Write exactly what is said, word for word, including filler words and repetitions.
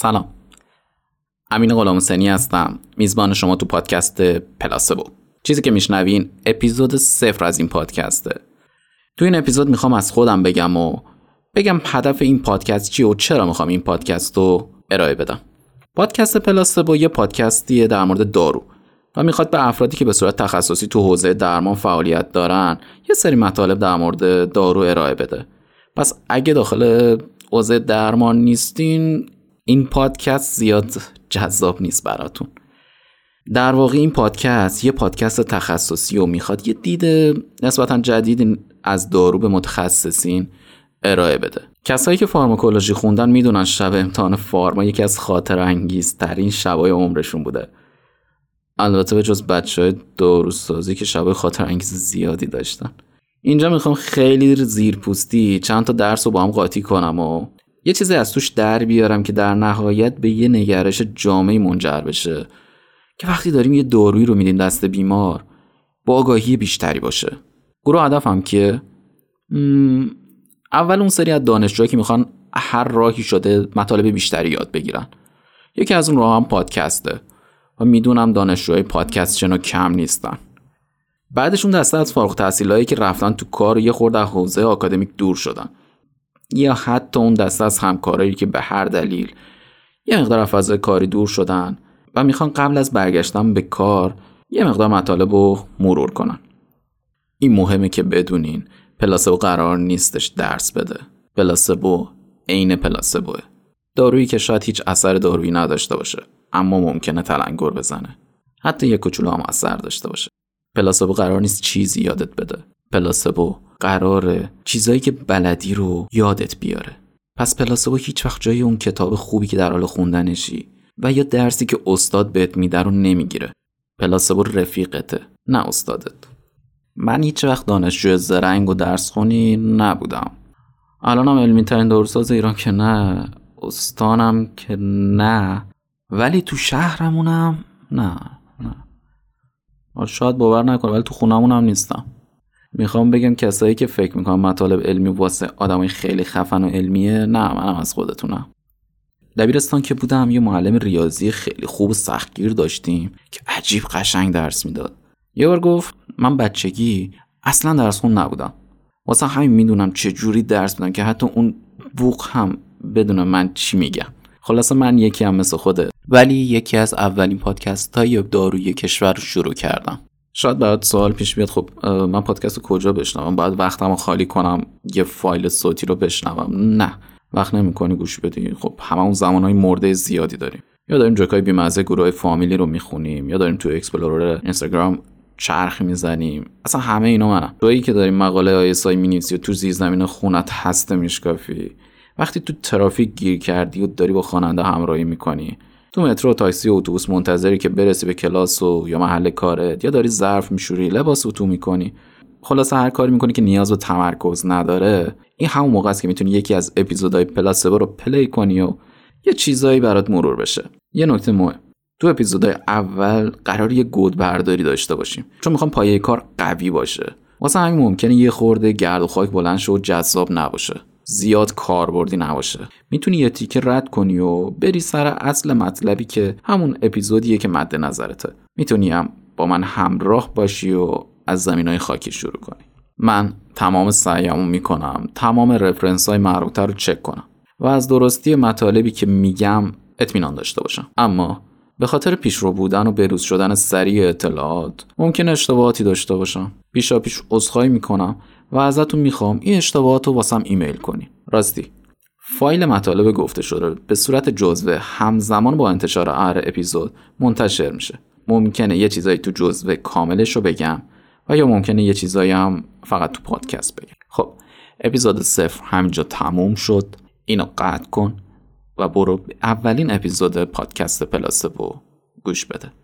سلام، امین غلامحسینی هستم، میزبان شما تو پادکست پلاسبو. چیزی که میشنوین اپیزود صفر از این پادکسته. تو این اپیزود میخوام از خودم بگم و بگم هدف این پادکست چیه و چرا میخوام این پادکست رو ارائه بدم. پادکست پلاسبو یه پادکستیه در مورد دارو و میخواد به افرادی که به صورت تخصصی تو حوزه درمان فعالیت دارن یه سری مطالب در مورد دارو ارائه بده. پس اگه داخل حوزه درمان نیستین این پادکست زیاد جذاب نیست براتون. در واقع این پادکست یه پادکست تخصصی و میخواد یه دید نسبتاً جدید از دارو به متخصصین ارائه بده. کسایی که فارماکولوژی خوندن میدونن شب امتحان فارما یکی از خاطر انگیزترین شبای عمرشون بوده. البته به جز بچهای داروسازی که شبای خاطر انگیز زیادی داشتن. اینجا میخوام خیلی زیرپوستی چند تا درس رو با هم قاطی کنم و یه چیزی از توش در بیارم که در نهایت به یه نگرش جامعی منجر بشه که وقتی داریم یه دارویی رو میدیم دست بیمار با آگاهی بیشتری باشه. گروه هدفم که اول اون سری از دانشجوهایی که میخوان هر راهی شده مطالب بیشتری یاد بگیرن. یکی از اون راه هم پادکسته و میدونم دانشجوهای پادکست شنو کم نیستن. بعدشون دسته از فارغ التحصیلایی که رفتن تو کار و یه خورده از حوزه آکادمیک دور شدن، یا حتی اون دسته از همکارایی که به هر دلیل یه مقدار از فضای کاری دور شدن و میخوان قبل از برگشتن به کار یه مقدار مطالب رو مرور کنن. این مهمه که بدونین پلاسبو قرار نیستش درس بده. پلاسبو عین پلاسبوه، دارویی که شاید هیچ اثر دارویی نداشته باشه اما ممکنه تلنگر بزنه، حتی یک کوچولو هم اثر داشته باشه. پلاسبو قرار نیست چیزی یادت بده. پلاسبو قراره چیزایی که بلدی رو یادت بیاره. پس پلاسبو هیچ وقت جای اون کتاب خوبی که در حال خوندنشی و یا درسی که استاد بهت میده رو نمیگیره. پلاسبو رفیقته، نه استادت. من هیچ وقت دانشجو زرنگ و درس خونی نبودم. الانم علمی ترین داروساز ایران که نه، استانم که نه، ولی تو شهرمونم نه نه. شاید باور نکنه ولی تو خونمون هم نیستم. میخوام بگم کسایی که فکر میکنم مطالب علمی واسه آدمای خیلی خفن و علمیه، نه، منم از خودتونم. دبیرستان که بودم یه معلم ریاضی خیلی خوب و سختگیر داشتیم که عجیب قشنگ درس میداد. یه بار گفت من بچگی اصلا درس خون نبودم، واسه همین میدونم چه جوری درس میدم که حتی اون بوق هم بدونم من چی میگم. خلاصه من یکی هم مثل خوده، ولی یکی از اولین پادکست های داروی کشور رو شروع کردم. شاید بعد سوال پیش بیاد خب من پادکست رو کجا بشنوم؟ باید وقتمو خالی کنم یه فایل صوتی رو بشنوم؟ نه، وقت نمی‌کنی گوش بدی. خب هممون زمانهای مرده زیادی داریم. یا داریم جوکای بی‌مزه گروه فامیلی رو میخونیم، یا داریم تو اکسپلورر اینستاگرام چرخ میزنیم. اصلا همه اینا منم. تویی که داریم مقاله آیسای مینویسی و تو زیرزمین خونت هست میشکافی، وقتی تو ترافیک گیر کردی و داری با خواننده همراهی میکنی، تو مترو، تاکسی و اتوبوس منتظری که برسی به کلاس و یا محل کارت، یا داری ظرف میشوری، لباس اتو میکنی، خلاصه هر کاری میکنی که نیاز به تمرکز نداره، این همون موقع است که میتونی یکی از اپیزودهای پلاسبو رو پلی کنی و یه چیزایی برات مرور بشه. یه نکته مهم، تو اپیزودهای اول قراره یه گود برداری داشته باشیم چون میخوام پایه کار قوی باشه. واسه همین ممکنه یه خورده گرد و خاک بلند شه و جذاب نباشه، زیاد کاربردی نباشه. میتونی یه تیکه رد کنی و بری سر اصل مطلبی که همون اپیزودیه که مد نظرته. میتونی هم با من همراه باشی و از زمینای خاکی شروع کنی. من تمام سعیمو میکنم تمام رفرنس های مربوطه رو چک کنم و از درستی مطالبی که میگم اطمینان داشته باشم، اما به خاطر پیشرو بودن و بروز شدن سریع اطلاعات ممکن اشتباهاتی داشته باشم. پیشا پیش عذرخواهی میکنم و ازتون میخوام این اشتباهات رو واسم ایمیل کنی. راستی فایل مطالب گفته شده به صورت جزوه همزمان با انتشار هر اپیزود منتشر میشه. ممکنه یه چیزایی تو جزوه کاملش رو بگم و یا ممکنه یه چیزایی هم فقط تو پادکست بگم. خب اپیزود صفر همینجا تموم شد. اینو قطع کن و برو اولین اپیزود پادکست پلاسبو گوش بده.